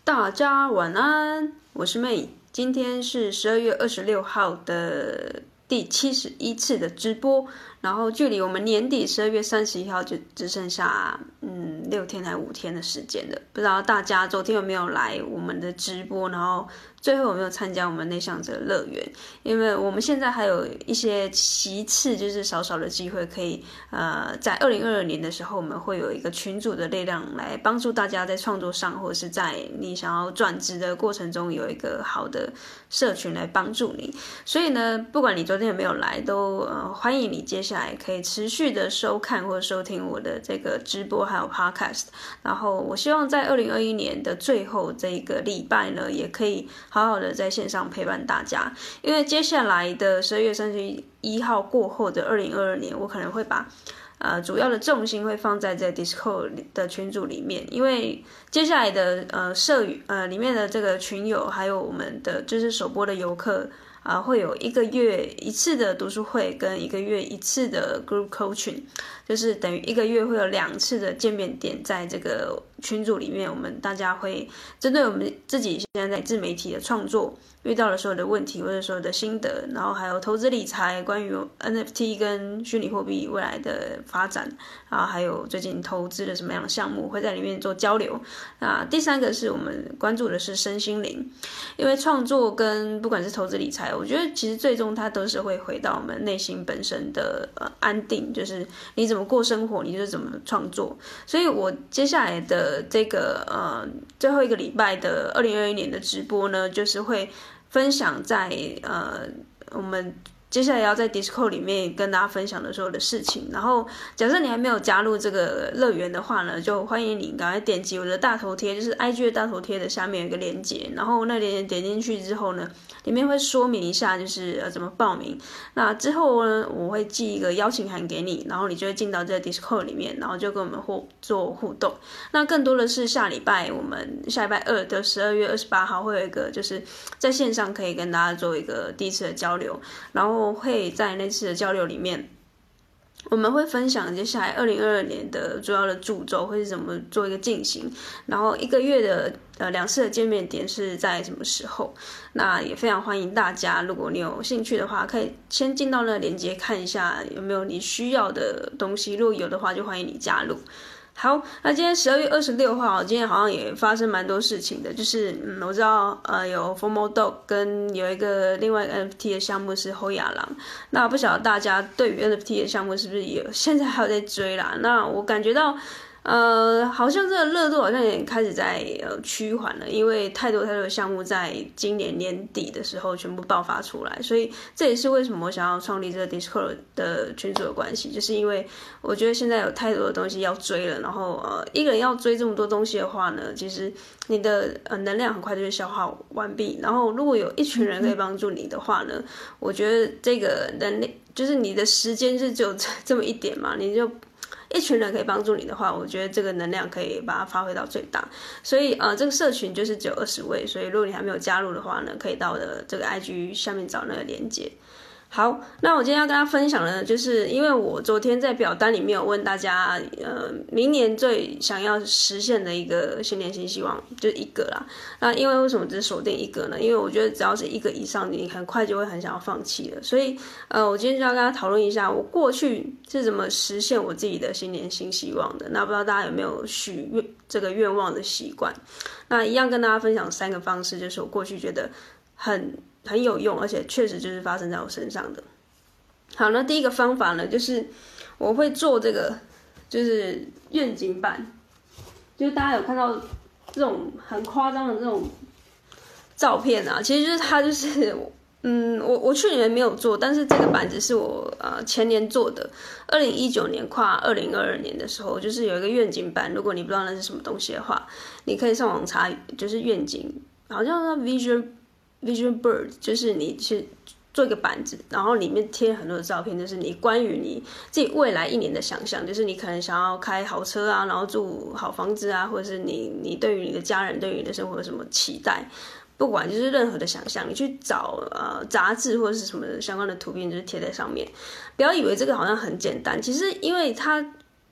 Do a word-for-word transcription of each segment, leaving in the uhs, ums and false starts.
大家晚安，我是妹。今天是十二月二十六号的第七十一次的直播，然后距离我们年底十二月三十一号就只剩下嗯六天还五天的时间了。不知道大家昨天有没有来我们的直播，然后最后有没有参加我们内向者乐园？因为我们现在还有一些其次就是少少的机会，可以呃在二零二二年的时候，我们会有一个群组的力量来帮助大家在创作上，或者是在你想要转职的过程中有一个好的社群来帮助你。所以呢，不管你昨天有没有来，都呃欢迎你接下来可以持续的收看或者收听我的这个直播还有 podcast。然后我希望在二零二一年的最后这一个礼拜呢，也可以好好的在线上陪伴大家，因为接下来的十二月三十一号过后的二零二二年，我可能会把呃主要的重心会放在这 Discord 的群组里面，因为接下来的呃社语呃里面的这个群友，还有我们的就是首播的游客啊、呃，会有一个月一次的读书会跟一个月一次的 group coaching， 就是等于一个月会有两次的见面点，在这个群组里面，我们大家会针对我们自己现在在自媒体的创作遇到了所有的问题或者所有的心得，然后还有投资理财，关于 N F T 跟虚拟货币未来的发展，然后还有最近投资的什么样的项目，会在里面做交流。那第三个是我们关注的是身心灵，因为创作跟不管是投资理财，我觉得其实最终它都是会回到我们内心本身的呃安定，就是你怎么过生活，你就是怎么创作。所以我接下来的这个呃最后一个礼拜的二零二一年的直播呢，就是会分享在呃我们接下来要在 Discord 里面跟大家分享的所有的事情。然后假设你还没有加入这个乐园的话呢，就欢迎你赶快点击我的大头贴，就是 I G 的大头贴的下面有一个连结，然后那连结点进去之后呢，里面会说明一下就是呃怎么报名。那之后呢，我会寄一个邀请函给你，然后你就会进到这个 Discord 里面，然后就跟我们互做互动。那更多的是下礼拜我们下礼拜二的十二月二十八号会有一个就是在线上可以跟大家做一个第一次的交流，然后会在那次的交流里面，我们会分享接下来二零二二年的主要的主轴会是怎么做一个进行，然后一个月的呃两次的见面点是在什么时候。那也非常欢迎大家，如果你有兴趣的话，可以先进到那个链接看一下有没有你需要的东西，如果有的话就欢迎你加入。好，那今天十二月二十六号，今天好像也发生蛮多事情的，就是嗯，我知道呃有 Formal Dog 跟有一个另外一个 N F T 的项目是后亚郎，那不晓得大家对于 N F T 的项目是不是也现在还有在追啦？那我感觉到。呃，好像这个热度好像也开始在呃趋缓了，因为太多太多的项目在今年年底的时候全部爆发出来，所以这也是为什么我想要创立这个 Discord 的群组的关系，就是因为我觉得现在有太多的东西要追了，然后呃一个人要追这么多东西的话呢，其实你的呃能量很快就会消耗完毕，然后如果有一群人可以帮助你的话呢，我觉得这个能力就是你的时间是只有这么一点嘛，你就。一群人可以帮助你的话，我觉得这个能量可以把它发挥到最大。所以呃，这个社群就是只有二十位，所以如果你还没有加入的话呢，可以到我的这个 I G 下面找那个连结。好，那我今天要跟大家分享的呢，就是因为我昨天在表单里面有问大家，呃，明年最想要实现的一个新年新希望，就是一个啦。那因为为什么只锁定一个呢？因为我觉得只要是一个以上，你很快就会很想要放弃了。所以，呃，我今天就要跟大家讨论一下，我过去是怎么实现我自己的新年新希望的。那不知道大家有没有许愿这个愿望的习惯？那一样跟大家分享三个方式，就是我过去觉得很。很有用，而且确实就是发生在我身上的。好，那第一个方法呢，就是我会做这个，就是愿景板，就是大家有看到这种很夸张的这种照片啊，其实就是它就是，嗯，我我去年没有做，但是这个板子是我呃前年做的，二零一九年跨二零二二年的时候，就是有一个愿景板，如果你不知道那是什么东西的话，你可以上网查，就是愿景，好像叫 Vision。Vision Board 就是你去做一个板子，然后里面贴很多的照片，就是你关于你自己未来一年的想象，就是你可能想要开好车啊，然后住好房子啊，或者是你你对于你的家人、对于你的生活有什么期待，不管就是任何的想象，你去找呃杂志或者是什么相关的图片，就是贴在上面。不要以为这个好像很简单，其实因为它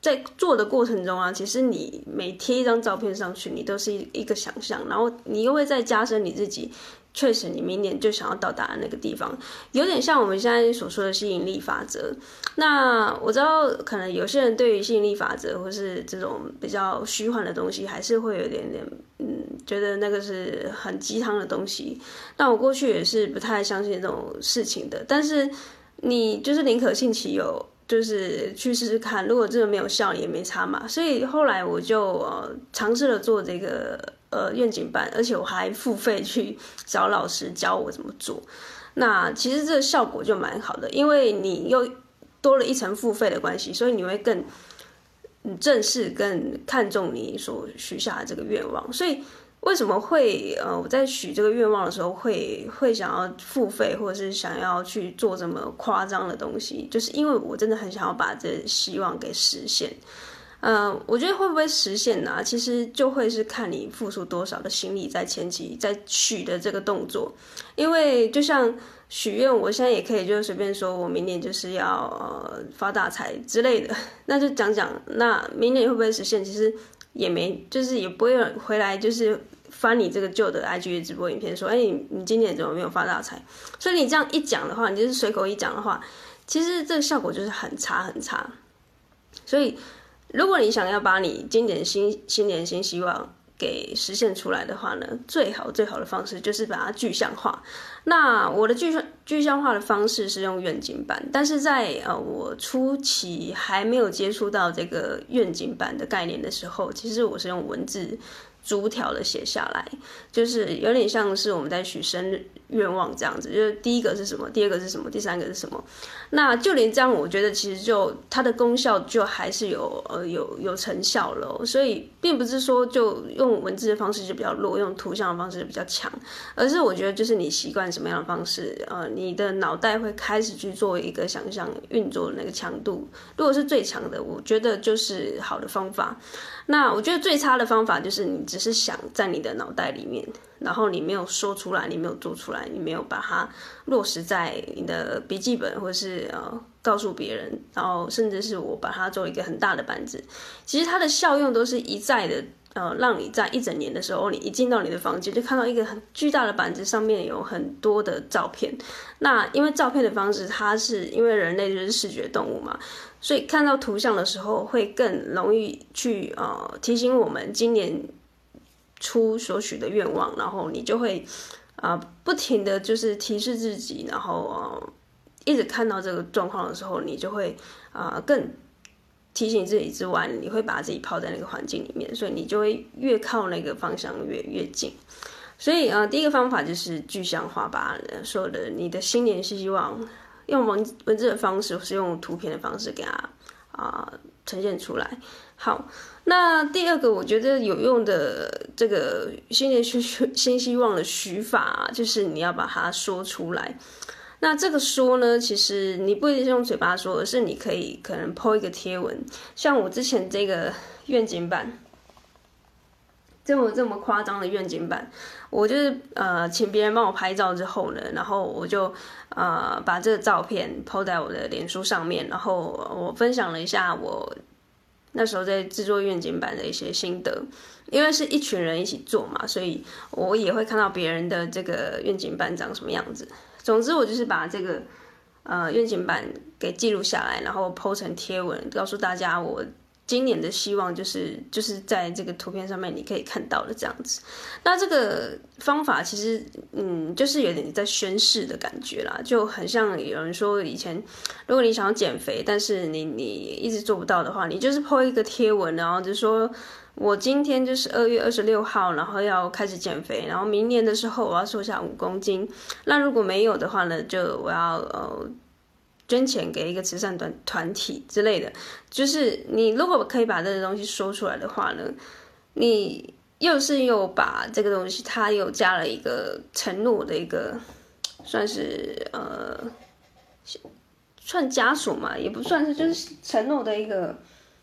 在做的过程中啊，其实你每贴一张照片上去，你都是一个想象，然后你又会再加深你自己。确实，你明年就想要到达的那个地方，有点像我们现在所说的吸引力法则。那我知道，可能有些人对于吸引力法则或是这种比较虚幻的东西，还是会有点点，嗯，觉得那个是很鸡汤的东西。但我过去也是不太相信这种事情的。但是你就是宁可信其有，就是去试试看。如果真的没有效，也没差嘛。所以后来我就呃尝试了做这个。呃，愿景班，而且我还付费去找老师教我怎么做。那其实这个效果就蛮好的，因为你又多了一层付费的关系，所以你会更正式、更看重你所许下的这个愿望。所以为什么会呃我在许这个愿望的时候会会想要付费，或者是想要去做这么夸张的东西，就是因为我真的很想要把这希望给实现。呃，我觉得会不会实现呢、啊？其实就会是看你付出多少的心力在前期在许的这个动作，因为就像许愿，我现在也可以就随便说我明年就是要呃发大财之类的，那就讲讲，那明年会不会实现？其实也没，就是也不会回来就是翻你这个旧的 I G 的直播影片说，哎，你你今年怎么没有发大财？所以你这样一讲的话，你就是随口一讲的话，其实这个效果就是很差很差，所以。如果你想要把你今年新新年新希望给实现出来的话呢，最好最好的方式就是把它具象化。那我的具象具象化的方式是用愿景板，但是在呃我初期还没有接触到这个愿景板的概念的时候，其实我是用文字逐条的写下来，就是有点像是我们在许生日愿望这样子，就是第一个是什么，第二个是什么，第三个是什么。那就连这样，我觉得其实就它的功效就还是有呃有有成效了、哦，所以并不是说就用文字的方式就比较弱，用图像的方式就比较强，而是我觉得就是你习惯什么样的方式，呃，你的脑袋会开始去做一个想象运作的那个强度，如果是最强的，我觉得就是好的方法。那我觉得最差的方法就是你只是想在你的脑袋里面，然后你没有说出来，你没有做出来，你没有把它落实在你的笔记本，或是呃告诉别人，然后甚至是我把它做一个很大的板子，其实它的效用都是一再的。呃，让你在一整年的时候，你一进到你的房间，就看到一个很巨大的板子，上面有很多的照片。那因为照片的方式，它是因为人类就是视觉动物嘛，所以看到图像的时候，会更容易去呃提醒我们今年初所许的愿望，然后你就会啊、呃、不停的就是提示自己，然后呃一直看到这个状况的时候，你就会啊、呃、更。提醒自己之外，你会把自己泡在那个环境里面，所以你就会越靠那个方向越越近。所以呃，第一个方法就是具象化，把所有的你的新年希望用文文字的方式，或是用图片的方式给它啊、呃、呈现出来。好，那第二个我觉得有用的这个新年新新希望的许法、啊，就是你要把它说出来。那这个说呢，其实你不一定是用嘴巴说，而是你可以可能 po 一个贴文，像我之前这个愿景版，这么这么夸张的愿景版，我就是呃请别人帮我拍照之后呢，然后我就呃把这个照片 po 在我的脸书上面，然后我分享了一下我那时候在制作愿景版的一些心得，因为是一群人一起做嘛，所以我也会看到别人的这个愿景版长什么样子。总之，我就是把这个呃愿景版给记录下来，然后 po 成贴文，告诉大家我今年的希望就是就是在这个图片上面你可以看到的这样子。那这个方法其实嗯就是有点在宣誓的感觉啦，就很像有人说以前如果你想要减肥，但是你你一直做不到的话，你就是 po 一个贴文，然后就说。我今天就是二月二十六号，然后要开始减肥，然后明年的时候我要瘦下五公斤。那如果没有的话呢，就我要呃捐钱给一个慈善团团体之类的。就是你如果可以把这个东西说出来的话呢，你又是又把这个东西，它又加了一个承诺的一个，算是呃算枷锁嘛，也不算是，就是承诺的一个。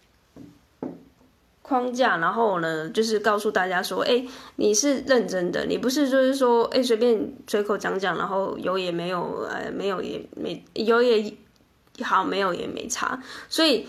框架，然后呢，就是告诉大家说，哎，你是认真的，你不是就是说，哎，随便随口讲讲，然后有也没有，呃，没有也没有也好，没有也没差。所以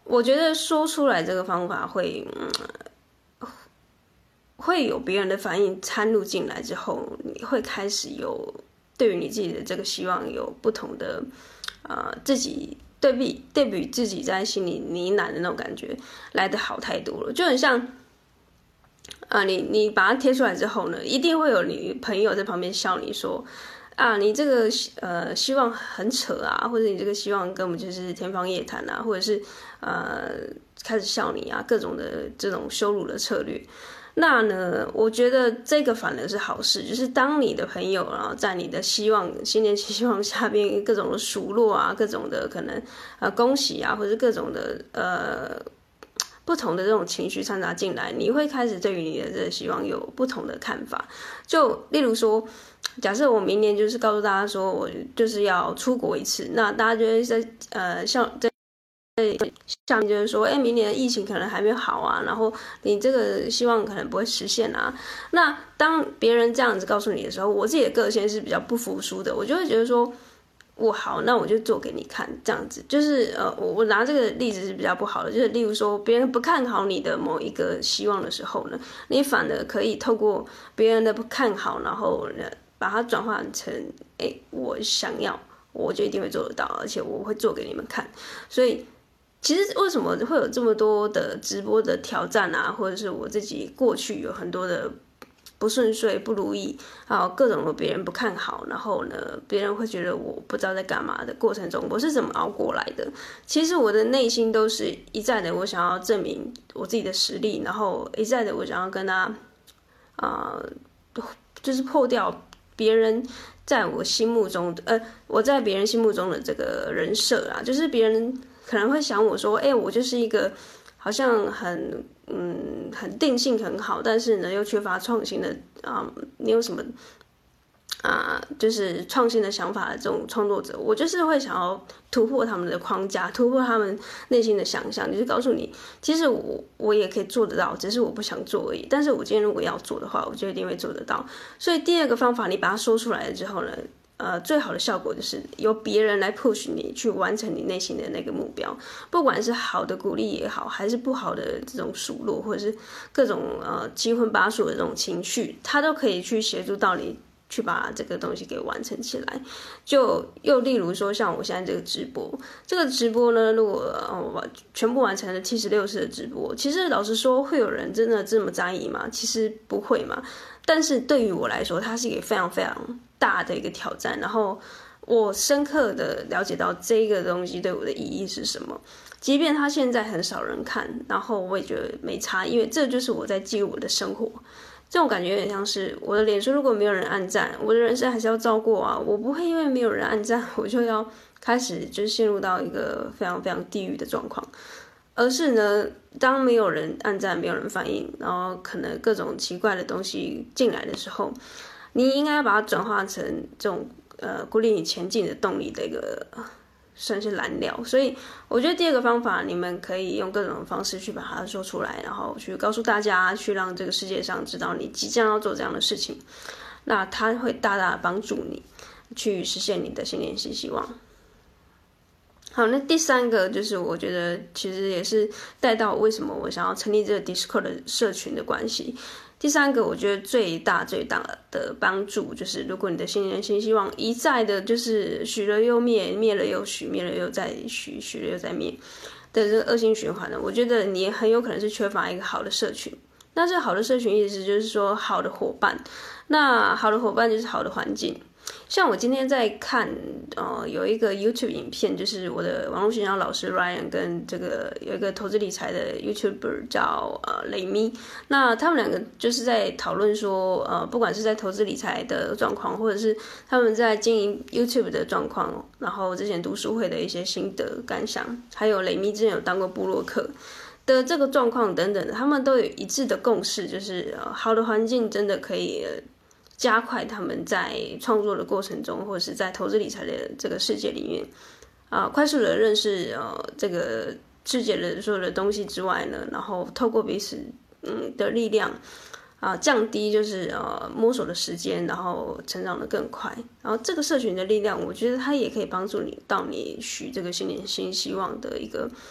我觉得说出来这个方法会，嗯，会有别人的反应掺入进来之后，你会开始有对于你自己的这个希望有不同的，呃，自己对比对比自己在心里呢喃的那种感觉来得好太多了，就很像。啊，你你把它贴出来之后呢，一定会有你朋友在旁边笑你说，啊，你这个呃希望很扯啊，或者你这个希望根本就是天方夜谭啊，或者是呃开始笑你啊，各种的这种羞辱的策略。那呢，我觉得这个反而是好事，就是当你的朋友然后在你的希望新年希望下边各种的数落啊，各种的可能呃恭喜啊，或者各种的呃。不同的这种情绪掺杂进来，你会开始对于你的这个希望有不同的看法。就例如说，假设我明年就是告诉大家说我就是要出国一次，那大家就会在呃像在下面就是说，哎，明年的疫情可能还没有好啊，然后你这个希望可能不会实现啊。那当别人这样子告诉你的时候，我自己的个性是比较不服输的，我就会觉得说。我好，那我就做给你看，这样子就是呃，我我拿这个例子是比较不好的，就是例如说别人不看好你的某一个希望的时候呢，你反而可以透过别人的不看好，然后呢把它转换成，哎，我想要，我就一定会做得到，而且我会做给你们看。所以其实为什么会有这么多的直播的挑战啊，或者是我自己过去有很多的。不顺遂、不如意啊，各种的别人不看好，然后呢，别人会觉得我不知道在干嘛的过程中，我是怎么熬过来的？其实我的内心都是一再的，我想要证明我自己的实力，然后一再的我想要跟他啊、呃，就是破掉别人在我心目中的呃，我在别人心目中的这个人设啊，就是别人可能会想我说，哎、欸，我就是一个好像很。嗯，很定性很好，但是呢又缺乏创新的啊、嗯，你有什么啊、呃，就是创新的想法的这种创作者，我就是会想要突破他们的框架，突破他们内心的想象，就是告诉你，其实我我也可以做得到，只是我不想做而已。但是我今天如果要做的话，我就一定会做得到。所以第二个方法，你把它说出来了之后呢？呃，最好的效果就是由别人来 push 你去完成你内心的那个目标，不管是好的鼓励也好，还是不好的这种数落，或者是各种呃七荤八素的这种情绪，它都可以去协助到你去把这个东西给完成起来。就又例如说，像我现在这个直播，这个直播呢，如果呃我全部完成了七十六次的直播，其实老实说，会有人真的这么在意吗？其实不会嘛。但是对于我来说，它是一个非常非常大的一个挑战，然后我深刻的了解到这个东西对我的意义是什么。即便它现在很少人看，然后我也觉得没差，因为这就是我在记录我的生活。这种感觉有点像是我的脸书如果没有人按赞，我的人生还是要照过啊。我不会因为没有人按赞，我就要开始就是陷入到一个非常非常地狱的状况。而是呢，当没有人按赞、没有人反应，然后可能各种奇怪的东西进来的时候，你应该把它转化成这种呃鼓励你前进的动力的一个算是燃料。所以我觉得第二个方法，你们可以用各种方式去把它说出来，然后去告诉大家，去让这个世界上知道你即将要做这样的事情。那它会大大的帮助你去实现你的新年新希望。好，那第三个就是我觉得其实也是带到为什么我想要成立这个 Discord 的社群的关系。第三个我觉得最大最大的帮助就是，如果你的新年新希望一再的就是许了又灭，灭了又许，灭了又再许，许了又再灭的这个恶性循环呢，我觉得你很有可能是缺乏一个好的社群。那这好的社群意思就是说好的伙伴，那好的伙伴就是好的环境。像我今天在看，呃，有一个 YouTube 影片，就是我的网络学校老师 Ryan 跟这个有一个投资理财的 YouTuber 叫呃雷咪，那他们两个就是在讨论说，呃，不管是在投资理财的状况，或者是他们在经营 YouTube 的状况，然后之前读书会的一些心得感想，还有雷咪之前有当过部落客的这个状况等等的，他们都有一致的共识，就是呃，好的环境真的可以。呃加快他们在创作的过程中，或者是在投资理财的这个世界里面，啊、呃，快速的认识呃这个世界的所有的东西之外呢，然后透过彼此嗯的力量啊、呃，降低就是呃摸索的时间，然后成长的更快。然后这个社群的力量，我觉得它也可以帮助你到你许这个新年新希望的一个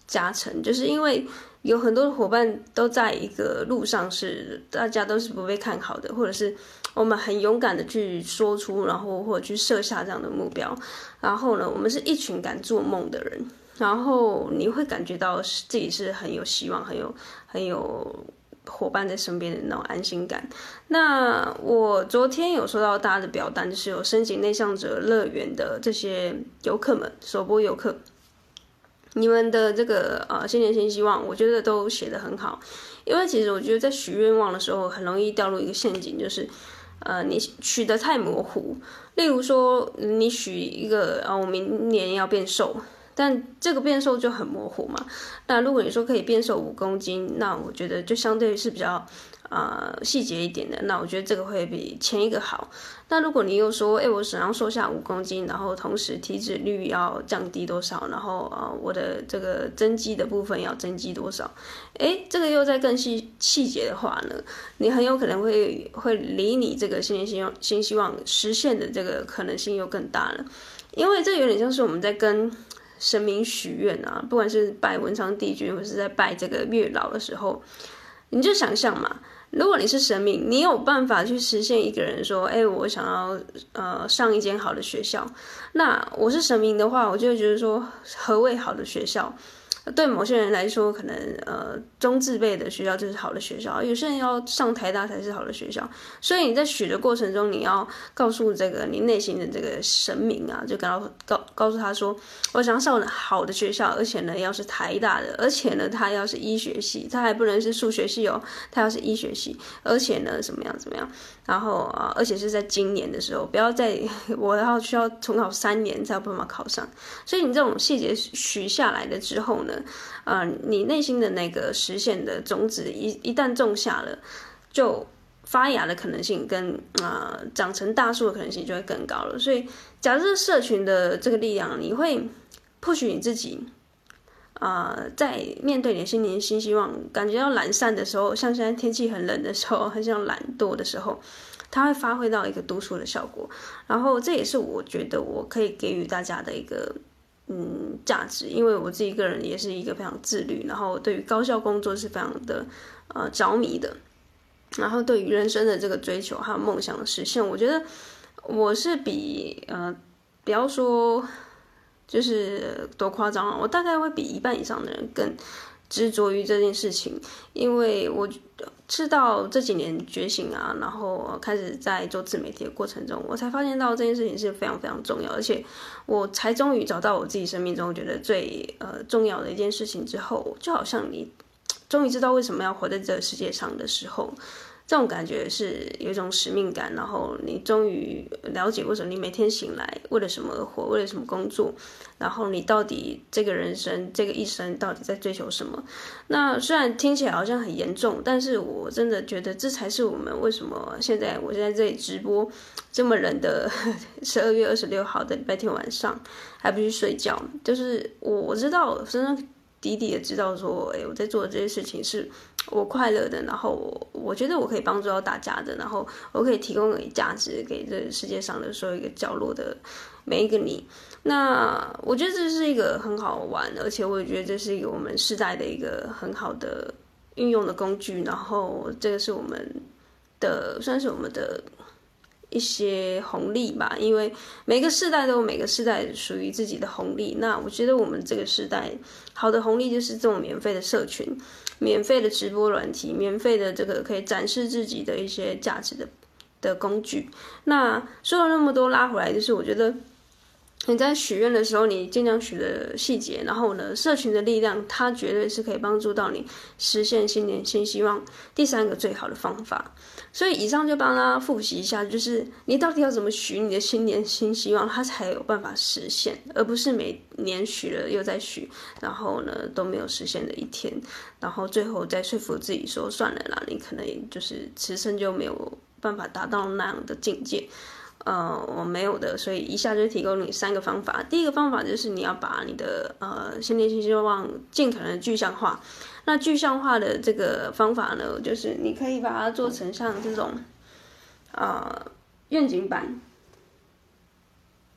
加成，就是因为有很多的伙伴都在一个路上是大家都是不被看好的，或者是我们很勇敢的去说出，然后或者去设下这样的目标，然后呢，我们是一群敢做梦的人，然后你会感觉到自己是很有希望，很有很有伙伴在身边的那种安心感。那我昨天有收到大家的表单，就是有申请内向者乐园的这些游客们，首播游客，你们的这个呃新年新希望，我觉得都写得很好。因为其实我觉得在许愿望的时候，很容易掉入一个陷阱，就是呃你许得太模糊。例如说，你许一个啊、呃，我明年要变瘦。但这个变瘦就很模糊嘛。那如果你说可以变瘦五公斤，那我觉得就相对是比较呃细节一点的。那我觉得这个会比前一个好。那如果你又说，哎，我想要瘦下五公斤，然后同时体脂率要降低多少，然后呃我的这个增肌的部分要增肌多少，哎，这个又在更细细节的话呢，你很有可能会会离你这个新年希望新希望实现的这个可能性又更大了。因为这有点像是我们在跟神明许愿啊，不管是拜文昌帝君，或是在拜这个月老的时候，你就想象嘛，如果你是神明，你有办法去实现一个人说，哎，我想要呃上一间好的学校。那我是神明的话，我就会觉得说，何谓好的学校？对某些人来说，可能呃中字辈的学校就是好的学校，有些人要上台大才是好的学校。所以你在许的过程中，你要告诉这个你内心的这个神明啊，就告告告诉他说，我想要上好的学校，而且呢要是台大的，而且呢他要是医学系，他还不能是数学系哦，他要是医学系，而且呢怎么样怎么样，然后啊、呃，而且是在今年的时候，不要再我要需要重考三年才有办法考上。所以你这种细节许下来了之后呢，呃，你内心的那个实现的种子一一旦种下了，就发芽的可能性跟呃长成大树的可能性就会更高了。所以，假设社群的这个力量，你会push你自己，啊、呃，在面对你的新年新希望，感觉到懒散的时候，像现在天气很冷的时候，很想懒惰的时候，它会发挥到一个督促的效果。然后，这也是我觉得我可以给予大家的一个。嗯，价值，因为我自己个人也是一个非常自律，然后对于高效工作是非常的呃着迷的，然后对于人生的这个追求还有梦想的实现，我觉得我是比呃不要说就是多夸张了，我大概会比一半以上的人更执着于这件事情，因为我知道这几年觉醒啊，然后开始在做自媒体的过程中，我才发现到这件事情是非常非常重要，而且我才终于找到我自己生命中觉得最呃重要的一件事情之后，就好像你终于知道为什么要活在这个世界上的时候，这种感觉是有一种使命感，然后你终于了解为什么你每天醒来为了什么而活，为了什么工作，然后你到底这个人生这个一生到底在追求什么。那虽然听起来好像很严重，但是我真的觉得这才是我们为什么现在我现在这里直播这么冷的十二月二十六号的礼拜天晚上还不去睡觉，就是我我知道我深深底底的知道说，哎，我在做的这些事情是我快乐的，然后我我觉得我可以帮助到大家的，然后我可以提供给价值给这世界上的所有一个角落的每一个你。那我觉得这是一个很好玩，而且我也觉得这是一个我们世代的一个很好的运用的工具，然后这个是我们的算是我们的一些红利吧，因为每个世代都有每个世代属于自己的红利。那我觉得我们这个世代好的红利就是这种免费的社群、免费的直播软体、免费的这个可以展示自己的一些价值的的工具。那说了那么多，拉回来就是我觉得你在许愿的时候，你尽量许的细节，然后呢，社群的力量，它绝对是可以帮助到你实现新年新希望第三个最好的方法。所以以上就帮大家复习一下，就是你到底要怎么许你的新年新希望，它才有办法实现，而不是每年许了又再许，然后呢都没有实现的一天，然后最后再说服自己说算了啦，你可能就是此生就没有办法达到那样的境界。呃，我没有的，所以以下就提供你三个方法。第一个方法就是你要把你的呃新年新希望尽可能的具象化。那具象化的这个方法呢，就是你可以把它做成像这种呃愿景板，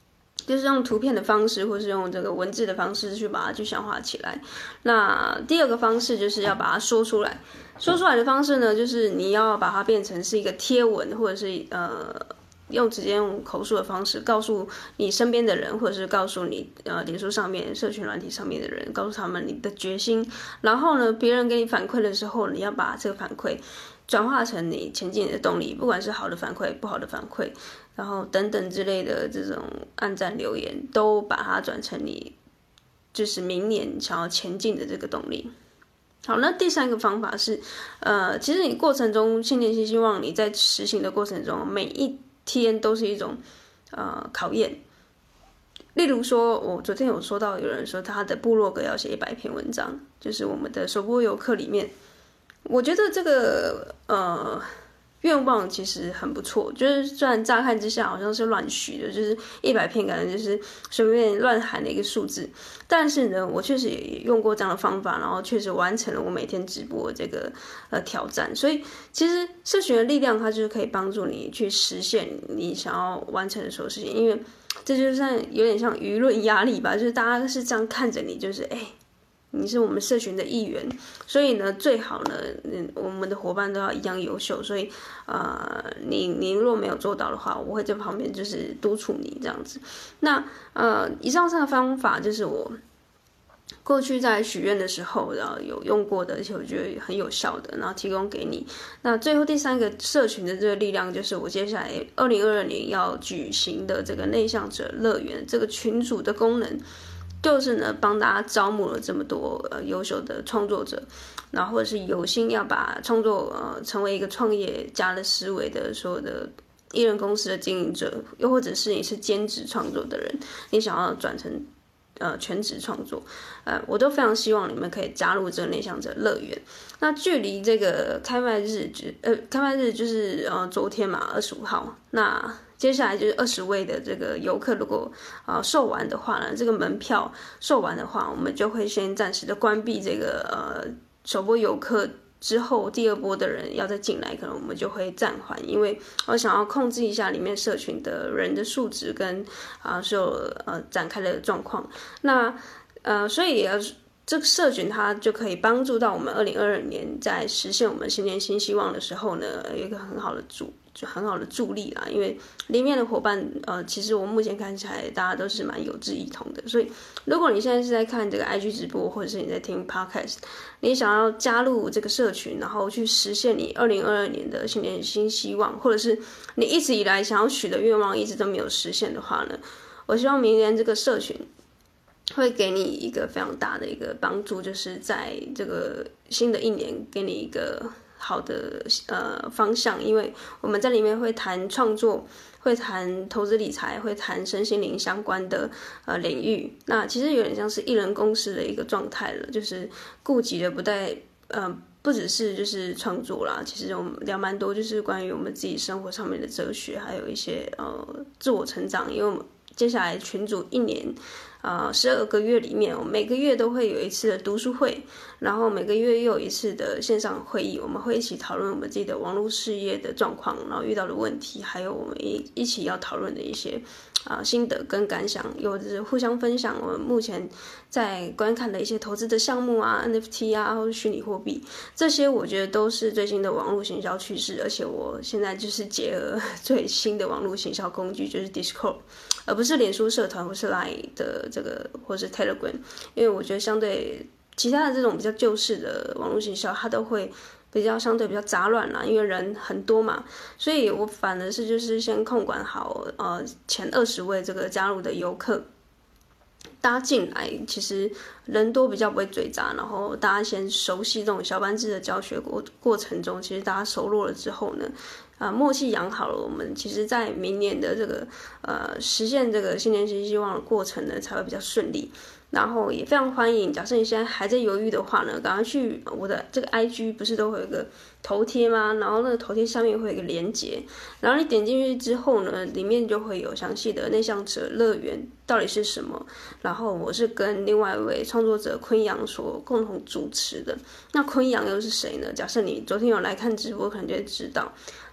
就是用图片的方式，或是用这个文字的方式去把它具象化起来。那第二个方式就是要把它说出来，说出来的方式呢，就是你要把它变成是一个贴文，或者是呃。用直接用口述的方式告诉你身边的人，或者是告诉你呃脸书上面、社群软体上面的人，告诉他们你的决心。然后呢，别人给你反馈的时候，你要把这个反馈转化成你前进的动力，不管是好的反馈、不好的反馈，然后等等之类的这种按赞留言，都把它转成你就是明年想要前进的这个动力。好，那第三个方法是，呃，其实你过程中信念、新希望，你在实行的过程中，每一天都是一种呃考验。例如说，我昨天有说到有人说他的部落格要写一百篇文章，就是我们的首播游课里面，我觉得这个呃愿望其实很不错，就是虽然乍看之下好像是乱许的，就是一百篇感觉就是随便乱喊的一个数字，但是呢，我确实也用过这样的方法，然后确实完成了我每天直播的这个呃挑战。所以其实社群的力量，它就是可以帮助你去实现你想要完成的所有事情，因为这就像有点像舆论压力吧，就是大家是这样看着你，就是哎。你是我们社群的一员，所以呢，最好呢，嗯，我们的伙伴都要一样优秀。所以，呃，你你若没有做到的话，我会在旁边就是督促你这样子。那呃，以上三个方法就是我过去在许愿的时候，然后有用过的，而且我觉得很有效的，然后提供给你。那最后第三个社群的这个力量，就是我接下来二零二二年要举行的这个内向者乐园这个群组的功能。就是呢，帮大家招募了这么多呃优秀的创作者，然后或者是有心要把创作呃成为一个创业家的思维的所有的艺人公司的经营者，又或者是你是兼职创作的人，你想要转成呃全职创作，呃，我都非常希望你们可以加入这个内向者乐园。那距离这个开卖日就呃开卖日就是呃昨天嘛，二十五号，那。接下来就是二十位的这个游客，如果呃售完的话呢，这个门票售完的话，我们就会先暂时的关闭这个呃首波游客，之后第二波的人要再进来，可能我们就会暂缓，因为我想要控制一下里面社群的人的素质跟啊所有呃展开的状况。那呃所以也要。这个社群它就可以帮助到我们二零二二年在实现我们新年新希望的时候呢，有一个很好的助，就很好的助力啦。因为里面的伙伴，呃，其实我目前看起来大家都是蛮有志一同的。所以，如果你现在是在看这个 I G 直播，或者是你在听 Podcast， 你想要加入这个社群，然后去实现你二零二二年的新年新希望，或者是你一直以来想要许的愿望一直都没有实现的话呢，我希望明年这个社群。会给你一个非常大的一个帮助，就是在这个新的一年给你一个好的呃方向，因为我们在里面会谈创作，会谈投资理财，会谈身心灵相关的呃领域。那其实有点像是一人公司的一个状态了，就是顾及的不带呃不只是就是创作啦，其实我们聊蛮多，就是关于我们自己生活上面的哲学，还有一些呃自我成长，因为我们接下来群组一年。呃，十二个月里面，我每个月都会有一次的读书会，然后每个月又有一次的线上会议，我们会一起讨论我们自己的网络事业的状况，然后遇到的问题，还有我们一一起要讨论的一些啊、呃、心得跟感想，又或者是互相分享我们目前在观看的一些投资的项目啊 ，N F T 啊，或者虚拟货币，这些我觉得都是最新的网络行销趋势，而且我现在就是结合最新的网络行销工具，就是 Discord。而不是脸书社团或是 Line 的这个或是 Telegram， 因为我觉得相对其他的这种比较旧式的网络行销，它都会比较相对比较杂乱啦，因为人很多嘛，所以我反而是就是先控管好呃前二十位这个加入的游客。大家进来，其实人多比较不会嘴杂，然后大家先熟悉这种小班制的教学过过程中，其实大家熟络了之后呢，啊、呃，默契养好了，我们其实在明年的这个呃实现这个新年新希望的过程呢，才会比较顺利。然后也非常欢迎，假设你现在还在犹豫的话呢，赶快去我的这个 I G， 不是都会有一个头贴吗？然后那个头贴下面会有一个连结，然后你点进去之后呢，里面就会有详细的内向者乐园到底是什么。然后我是跟另外一位创作者昆阳所共同主持的。那昆阳又是谁呢？假设你昨天有来看直播，可能就会知道。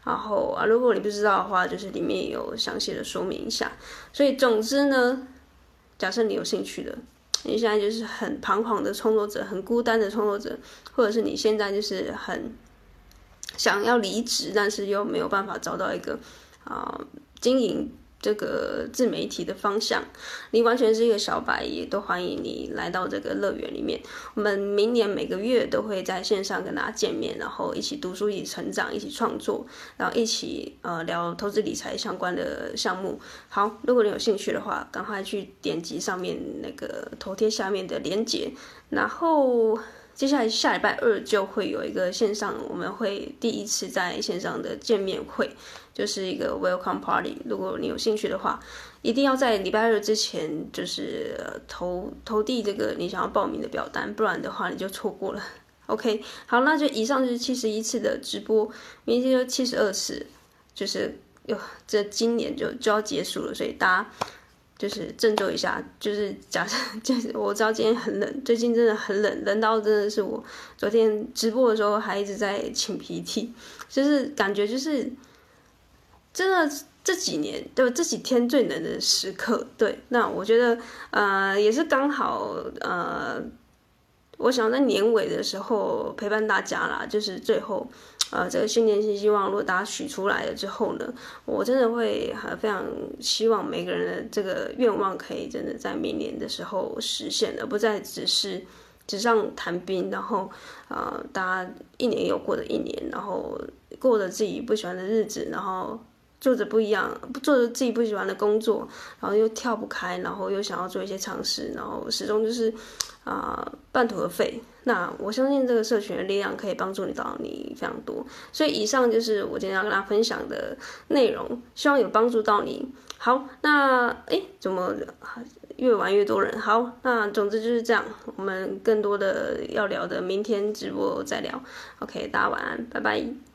然后啊，如果你不知道的话，就是里面有详细的说明一下。所以总之呢，假设你有兴趣的，你现在就是很彷徨的创作者，很孤单的创作者，或者是你现在就是很想要离职，但是又没有办法找到一个啊、呃、经营这个自媒体的方向，你完全是一个小白，也都欢迎你来到这个乐园里面。我们明年每个月都会在线上跟大家见面，然后一起读书，一起成长，一起创作，然后一起呃聊投资理财相关的项目。好，如果你有兴趣的话，赶快去点击上面那个头贴下面的连结，然后接下来下礼拜二就会有一个线上，我们会第一次在线上的见面会，就是一个 welcome party。如果你有兴趣的话，一定要在礼拜二之前就是投投递这个你想要报名的表单，不然的话你就错过了。OK， 好，那就以上就是七十一次的直播，明天就七十二次，就是哟，这今年就就要结束了，所以大家就是振作一下，就是假设，就是我知道今天很冷，最近真的很冷，冷到真的是我昨天直播的时候还一直在擤鼻涕，就是感觉就是真的这几年对这几天最冷的时刻，对，那我觉得呃也是刚好呃，我想在年尾的时候陪伴大家啦，就是最后。呃，这个新年新希望，如果大家许出来了之后呢，我真的会很非常希望每个人的这个愿望可以真的在明年的时候实现，而不再只是纸上谈兵，然后呃，大家一年又过了一年，然后过着自己不喜欢的日子，然后做着不一样，做着自己不喜欢的工作，然后又跳不开，然后又想要做一些尝试，然后始终就是啊、呃、半途而废。那我相信这个社群的力量可以帮助你到你非常多，所以以上就是我今天要跟大家分享的内容，希望有帮助到你。好，那诶怎么越玩越多人？好，那总之就是这样，我们更多的要聊的，明天直播再聊。OK， 大家晚安，拜拜。